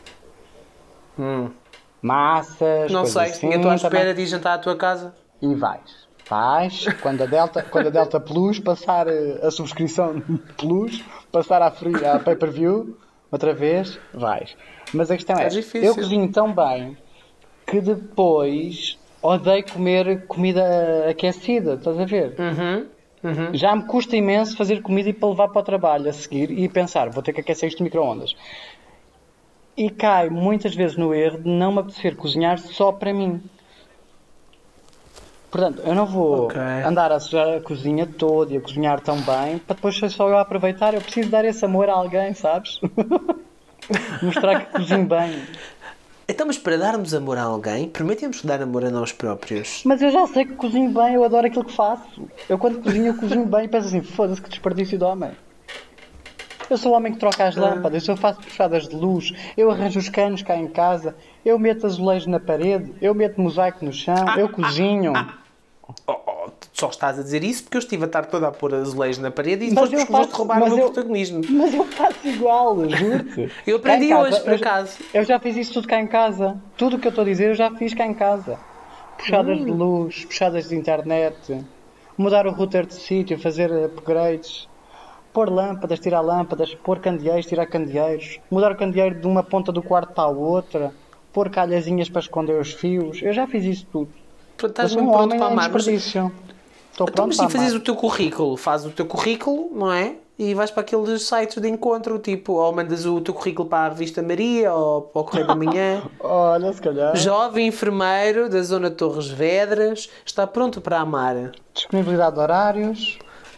Massas, Não coisas sei, assim, eu estou à espera também. de ir jantar à tua casa. E vais, quando a Delta Plus passar a subscrição Plus, passar à pay-per-view, outra vez, vais. Mas a questão é, difícil. eu cozinho tão bem que depois odeio comer comida aquecida, estás a ver? Já me custa imenso fazer comida e para levar para o trabalho a seguir e pensar, vou ter que aquecer isto de micro-ondas. E cai muitas vezes no erro de não me apetecer cozinhar só para mim. Portanto, eu não vou andar a sujar a cozinha toda e a cozinhar tão bem para depois ser só eu a aproveitar. Eu preciso dar esse amor a alguém, sabes? Mostrar que cozinho bem. Então, mas para darmos amor a alguém, primeiro temos que dar amor a nós próprios. Mas eu já sei que cozinho bem, eu adoro aquilo que faço. Eu quando cozinho, eu cozinho bem e penso assim, foda-se que desperdício de homem. Eu sou o homem que troca as lâmpadas, eu faço puxadas de luz, eu arranjo os canos cá em casa, eu meto azulejos na parede, eu meto mosaico no chão, eu cozinho. Só estás a dizer isso porque eu estive a tarde toda a pôr azulejos na parede e depois vou-te roubar o meu protagonismo. Mas eu faço igual, juro-te. Eu aprendi hoje, por acaso. Eu já fiz isso tudo cá em casa. Tudo o que eu estou a dizer eu já fiz cá em casa. Puxadas de luz, puxadas de internet, mudar o router de sítio, fazer upgrades, pôr lâmpadas, tirar lâmpadas, pôr candeeiros, tirar candeeiros, mudar o candeeiro de uma ponta do quarto para a outra, pôr calhazinhas para esconder os fios. Eu já fiz isso tudo. Estás mesmo pronto para amar. Estou então, pronto mas se fazes o teu currículo, fazes o teu currículo, não é? E vais para aqueles sites de encontro, tipo, ou mandas o teu currículo para a Revista Maria, ou para o Correio da Manhã. Olha, se calhar. Jovem enfermeiro da zona de Torres Vedras, está pronto para amar. Disponibilidade de horários.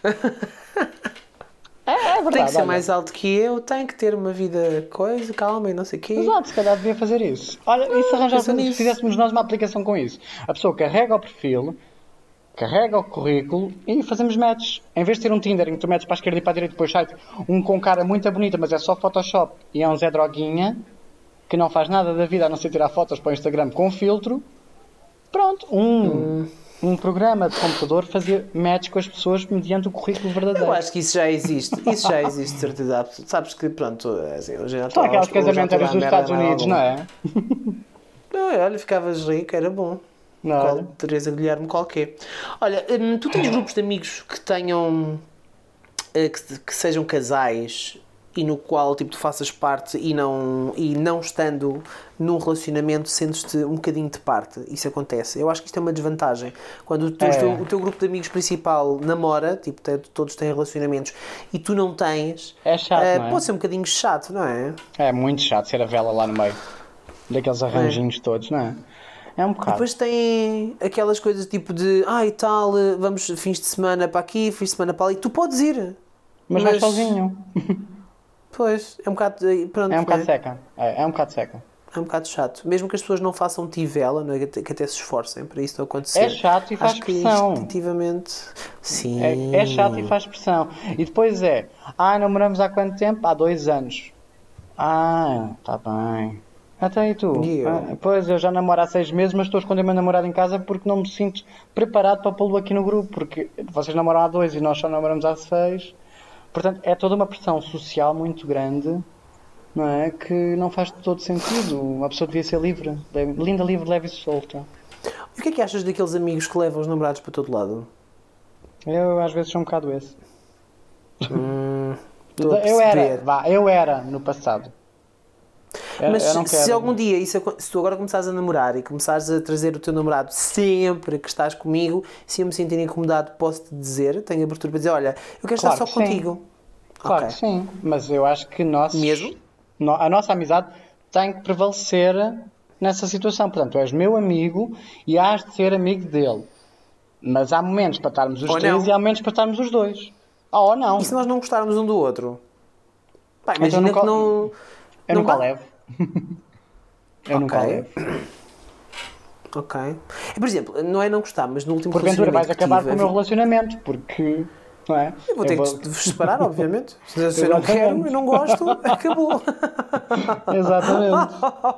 É verdade. Tem que ser mais alto que eu, tem que ter uma vida coisa, calma e não sei o quê. Exato, se calhar devia fazer isso. Olha, e se fizéssemos nós uma aplicação com isso? A pessoa carrega o perfil, carrega o currículo e fazemos matches. Em vez de ter um Tinder em que tu metes para a esquerda e para a direita e depois sai um com cara muito bonita, mas é só Photoshop e é um Zé Droguinha que não faz nada da vida a não ser tirar fotos para o Instagram com filtro. Pronto, um programa de computador fazia match com as pessoas mediante o currículo verdadeiro. Eu acho que isso já existe. Isso já existe, de certeza absoluta. Sabes que, pronto, assim, eu já só aqueles casamentos dos Estados Unidos, não é? Não, olha, ficavas rico, era bom. Teresa Guilherme qualquer. Olha, tu tens grupos de amigos que tenham... que sejam casais e no qual tipo, tu faças parte e não estando num relacionamento sentes-te um bocadinho de parte. Isso acontece. Eu acho que isto é uma desvantagem. Quando o teu grupo de amigos principal namora, tipo, todos têm relacionamentos e tu não tens, é chato, não é? Pode ser um bocadinho chato, não é? É muito chato ser a vela lá no meio daqueles arranjinhos todos, não é? É um bocado. Depois tem aquelas coisas tipo de e tal, vamos fins de semana para aqui, fins de semana para ali. Tu podes ir. Mas vais sozinho. Pois, é um bocado... Pronto, é um bocado seca. É um bocado seca. É um bocado chato. Mesmo que as pessoas não façam tivela, não é? Que até se esforcem para isso não acontecer. É chato e faz pressão. Instintivamente... Sim. É chato e faz pressão. E depois namoramos há quanto tempo? Há 2 anos. Está bem. Até aí tu? Pois, eu já namoro há 6 meses, mas estou a esconder o meu namorado em casa porque não me sinto preparado para pô-lo aqui no grupo. Porque vocês namoram há 2 e nós só namoramos há 6. Portanto, é toda uma pressão social muito grande, não é? Que não faz todo sentido. Uma pessoa devia ser livre. Linda, livre, leve e solta. E o que é que achas daqueles amigos que levam os namorados para todo lado? Eu às vezes sou um bocado esse. Eu era no passado. Mas se algum dia, se tu agora começares a namorar e começares a trazer o teu namorado sempre que estás comigo, se eu me sentir incomodado, posso-te dizer, tenho abertura para dizer, olha, eu quero estar só contigo. Claro que sim, mas eu acho que mesmo? A nossa amizade tem que prevalecer nessa situação. Portanto, tu és meu amigo e has de ser amigo dele. Mas há momentos para estarmos os 3 e há momentos para estarmos os 2. Ou não. E se nós não gostarmos um do outro? Imagina que não... Eu nunca levo. Eu nunca levo. Ok. Por exemplo, não é não gostar, mas no último relacionamento vais acabar com o meu relacionamento, porque não é? Eu vou ter que vos separar, obviamente. Se eu não quero, eu não gosto, acabou. Exatamente.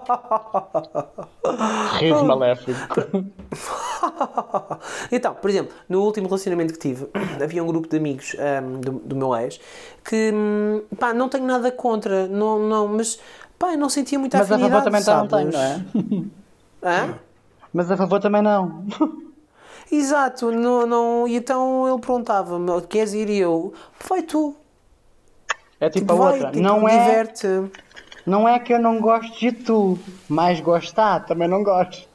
Riso maléfico. Então, por exemplo, no último relacionamento que tive, havia um grupo de amigos do meu ex que, pá, não tenho nada contra, não, mas, pá, eu não sentia muita afinidade, mas a favor também sabes? não tem, não é? Hã? Mas a favor também não. Exato, não, e então ele perguntava-me, queres ir? E eu, vai tu. É tipo, Tipo, a vai, outra. tipo, Não diverte. não é que eu não gosto de tu, mas gostar também não gosto.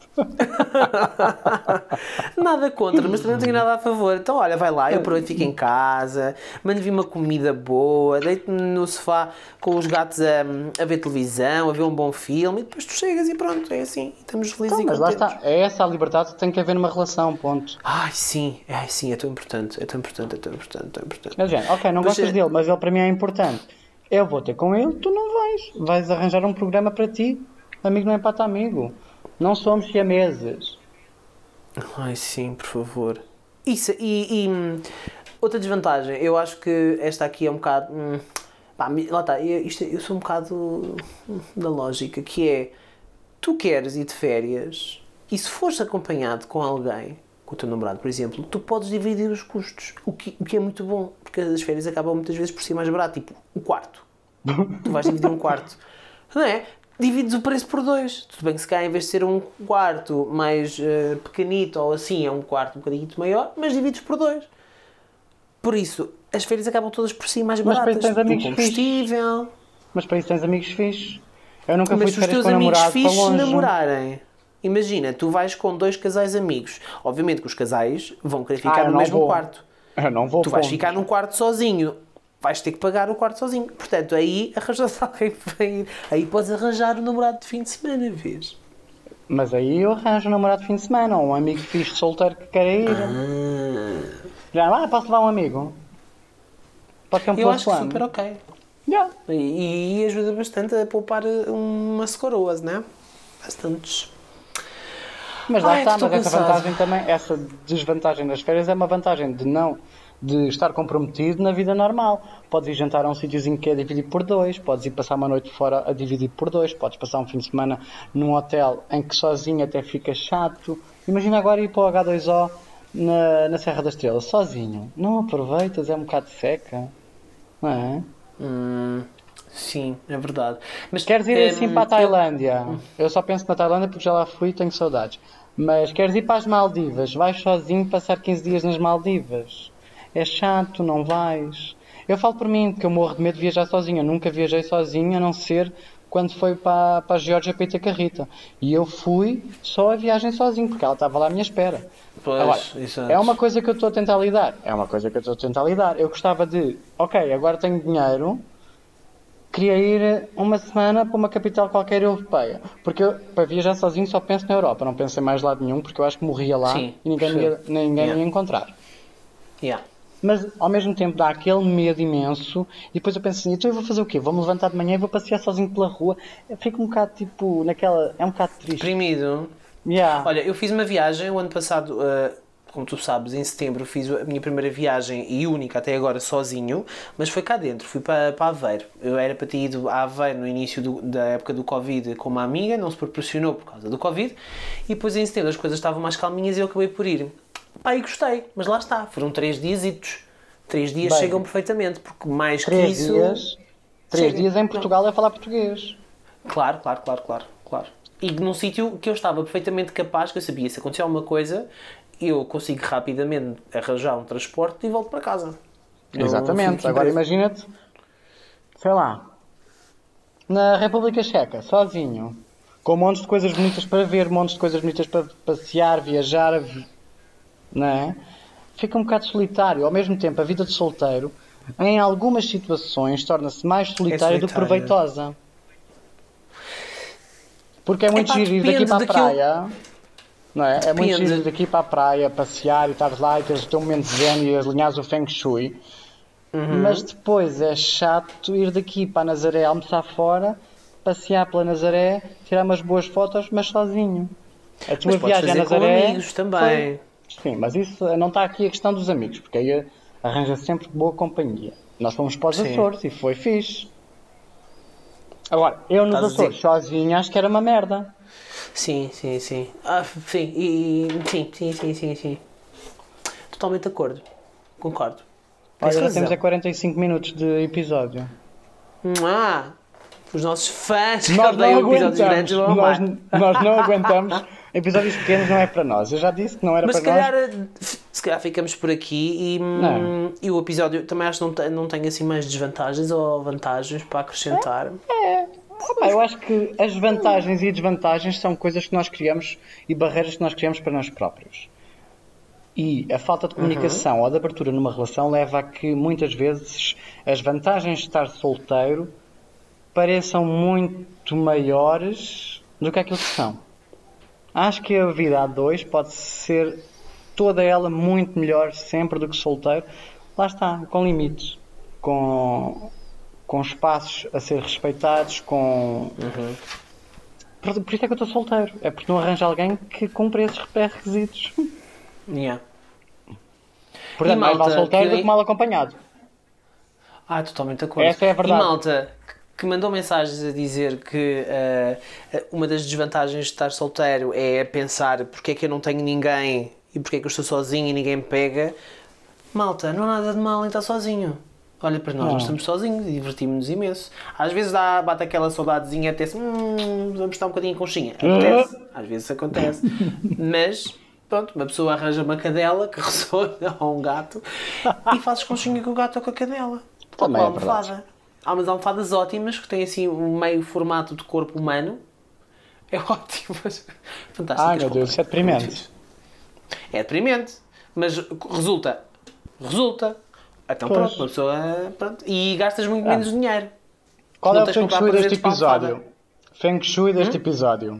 Nada contra, mas também não tenho nada a favor. Então, olha, vai lá, eu aproveito, fico em casa, mando-lhe uma comida boa, deito-me no sofá com os gatos a ver televisão, a ver um bom filme, e depois tu chegas e pronto, é assim, e estamos felizes e Mas lá contentes. está. É essa a liberdade que tem que haver numa relação, ponto. Ai, sim, é tão importante, é tão importante, é tão importante, é tão importante. É gente, ok, não Mas, gostas dele, mas ele para mim é importante. Eu vou ter com ele, tu não vais. Vais arranjar um programa para ti. Amigo não empata amigo. Não somos siameses. Ai, sim, por favor. Isso, outra desvantagem, eu acho que esta aqui é um bocado... pá, lá está, eu sou um bocado da lógica, que é, tu queres ir de férias, e se fores acompanhado com alguém, com o teu namorado, por exemplo, tu podes dividir os custos, o que é muito bom, porque as férias acabam muitas vezes por ser mais barato, tipo, o quarto. Tu vais dividir um quarto, não é? Divides o preço por 2. Tudo bem que se calhar em vez de ser um quarto mais pequenito ou assim, é um quarto um bocadinho maior, mas divides por 2. Por isso, as férias acabam todas por si mais baratas. Mas para isso tens amigos combustível. fixes. Mas para isso tens amigos fixes. Eu nunca fui Mas de se os férias teus com amigos namorado para fixes longe. namorarem, imagina, tu vais com 2 casais amigos. Obviamente que os casais vão querer ficar eu no não mesmo vou. quarto. Eu não vou, Tu vais ponto. ficar num quarto sozinho. Vais ter que pagar o quarto sozinho. Portanto, aí arranjas alguém para ir. Aí podes arranjar o namorado de fim de semana, vês? Mas aí eu arranjo um namorado de fim de semana, ou um amigo fixe solteiro que queira ir. Já, posso levar um amigo? Pode ser um Eu acho que plano. super ok. Já. E ajuda bastante a poupar umas coroas, né? Bastantes. Mas lá Ai, está, estou mas essa cansado. vantagem também, essa desvantagem das férias é uma vantagem de estar comprometido na vida normal. Podes ir jantar a um sítiozinho que é dividido por 2, podes ir passar uma noite fora a dividir por 2, podes passar um fim de semana num hotel em que sozinho até fica chato. Imagina agora ir para o H2O na Serra da Estrela, sozinho. Não aproveitas, é um bocado seca, não é? Sim, é verdade. Mas Queres ir assim para a Tailândia? Eu só penso na Tailândia porque já lá fui e tenho saudades. Mas queres ir para as Maldivas? Vais sozinho passar 15 dias nas Maldivas? É chato, não vais. Eu falo por mim, porque eu morro de medo de viajar sozinho. Eu nunca viajei sozinho, a não ser quando foi para a Geórgia para Itacarrita. E eu fui só a viagem sozinho, porque ela estava lá à minha espera. Pois, Agora, exato. é uma coisa que eu estou a tentar lidar. Eu gostava de, ok, agora tenho dinheiro, queria ir uma semana para uma capital qualquer europeia. Porque eu, para viajar sozinho, só penso na Europa. Não penso em mais lado nenhum, porque eu acho que morria lá. Sim, E ninguém me ia encontrar. Yeah. Mas ao mesmo tempo dá aquele medo imenso. E depois eu penso assim, então eu vou fazer o quê? Vou-me levantar de manhã e vou passear sozinho pela rua. Eu fico um bocado tipo naquela... É um bocado triste. Deprimido. Yeah. Olha, eu fiz uma viagem o ano passado, como tu sabes, em setembro fiz a minha primeira viagem e única até agora sozinho, mas foi cá dentro, fui para Aveiro. Eu era para ter ido a Aveiro no início da época do Covid com uma amiga, não se proporcionou por causa do Covid, e depois em setembro as coisas estavam mais calminhas e eu acabei por ir. Pá, e gostei, mas lá está, foram 3 diasitos. 3 dias Bem, chegam perfeitamente, porque mais que 3 isso... dias... 3 chega. dias em Portugal é falar português. Claro. E num sítio que eu estava perfeitamente capaz, que eu sabia, se acontecer alguma coisa, eu consigo rapidamente arranjar um transporte e volto para casa. Exatamente. Agora imagina-te, sei lá, na República Checa, sozinho, com montes de coisas bonitas para ver, montes de coisas bonitas para passear, viajar, não é? Fica um bocado solitário. Ao mesmo tempo, a vida de solteiro, em algumas situações, torna-se mais solitária do que proveitosa. Porque é muito giro ir daqui para a praia, não é? É muito giro ir daqui para a praia, passear e estares lá e teres o teu momento zen e alinhares o Feng Shui. Mas depois é chato ir daqui para a Nazaré almoçar fora, passear pela Nazaré, tirar umas boas fotos, mas sozinho. A tua mas viagem a Nazaré com amigos também. Sim, mas isso não está aqui a questão dos amigos, porque aí arranja sempre boa companhia. Nós fomos para os Açores e foi fixe. Agora, eu nos Açores sozinho acho que era uma merda. Sim. Sim. Sim. Totalmente de acordo. Concordo. Olha, já temos 45 minutos de episódio. Os nossos fãs que odeiam episódios grandes vão amar. Nós não aguentamos. Episódios pequenos não é para nós. Eu já disse que não era para nós. Se calhar ficamos por aqui e o episódio também acho que não tem assim mais desvantagens ou vantagens para acrescentar. Eu acho que as vantagens e desvantagens são coisas que nós criamos e barreiras que nós criamos para nós próprios. E a falta de comunicação ou de abertura numa relação leva a que muitas vezes as vantagens de estar solteiro pareçam muito maiores do que aquilo que são. Acho que a vida a dois pode ser toda ela muito melhor sempre do que solteiro. Lá está, com limites, com espaços a ser respeitados, Por isso é que eu estou solteiro. É porque não arranjo alguém que cumpra esses pré-requisitos. Portanto, mais mal solteiro do que mal acompanhado. Totalmente de acordo. Essa é a verdade. E malta que mandou mensagens a dizer que uma das desvantagens de estar solteiro é pensar porque é que eu não tenho ninguém e porque é que eu estou sozinho e ninguém me pega. Malta, não há nada de mal em estar sozinho. Olha, para nós estamos sozinhos e divertimos-nos imenso. Às vezes bate aquela saudadezinha até vamos estar um bocadinho em conchinha. Acontece, às vezes acontece. Mas, pronto, uma pessoa arranja uma cadela que ressoa a um gato e fazes conchinha com o gato ou com a cadela. Ou com a almofada. Há umas almofadas ótimas que têm assim um meio formato de corpo humano. É ótimo. Fantásticas. Ai meu Deus, isso é deprimente. É deprimente. Mas resulta. Então pronto, uma pessoa... Pronto, e gastas muito menos dinheiro. Qual é o feng shui deste episódio? Feng shui deste episódio.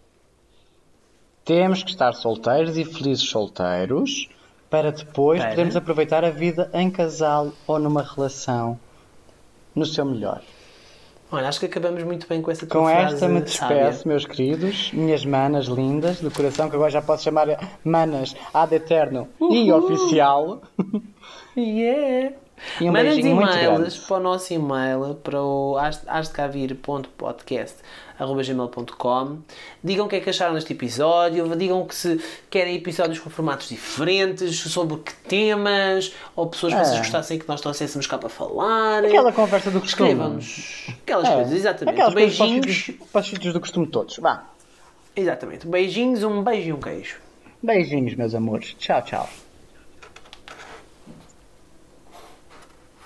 Temos que estar solteiros e felizes solteiros para depois podermos aproveitar a vida em casal ou numa relação no seu melhor. Olha, acho que acabamos muito bem com essa tua frase. Com esta me despeço, meus queridos, minhas manas lindas do coração, que agora já posso chamar manas ad eterno e oficial. E mandem e-mails para o nosso e-mail, para o hasdecavir.podcast@gmail.com. Digam o que é que acharam deste episódio, digam que se querem episódios com formatos diferentes, sobre que temas, ou pessoas que vocês gostassem que nós trouxéssemos cá para falar. Aquela conversa do costume. Escrevam-nos aquelas coisas, exatamente. Aquelas beijinhos para os sítios do costume todos. Vá. Exatamente. Beijinhos, um beijo e um queijo. Beijinhos, meus amores. Tchau, tchau.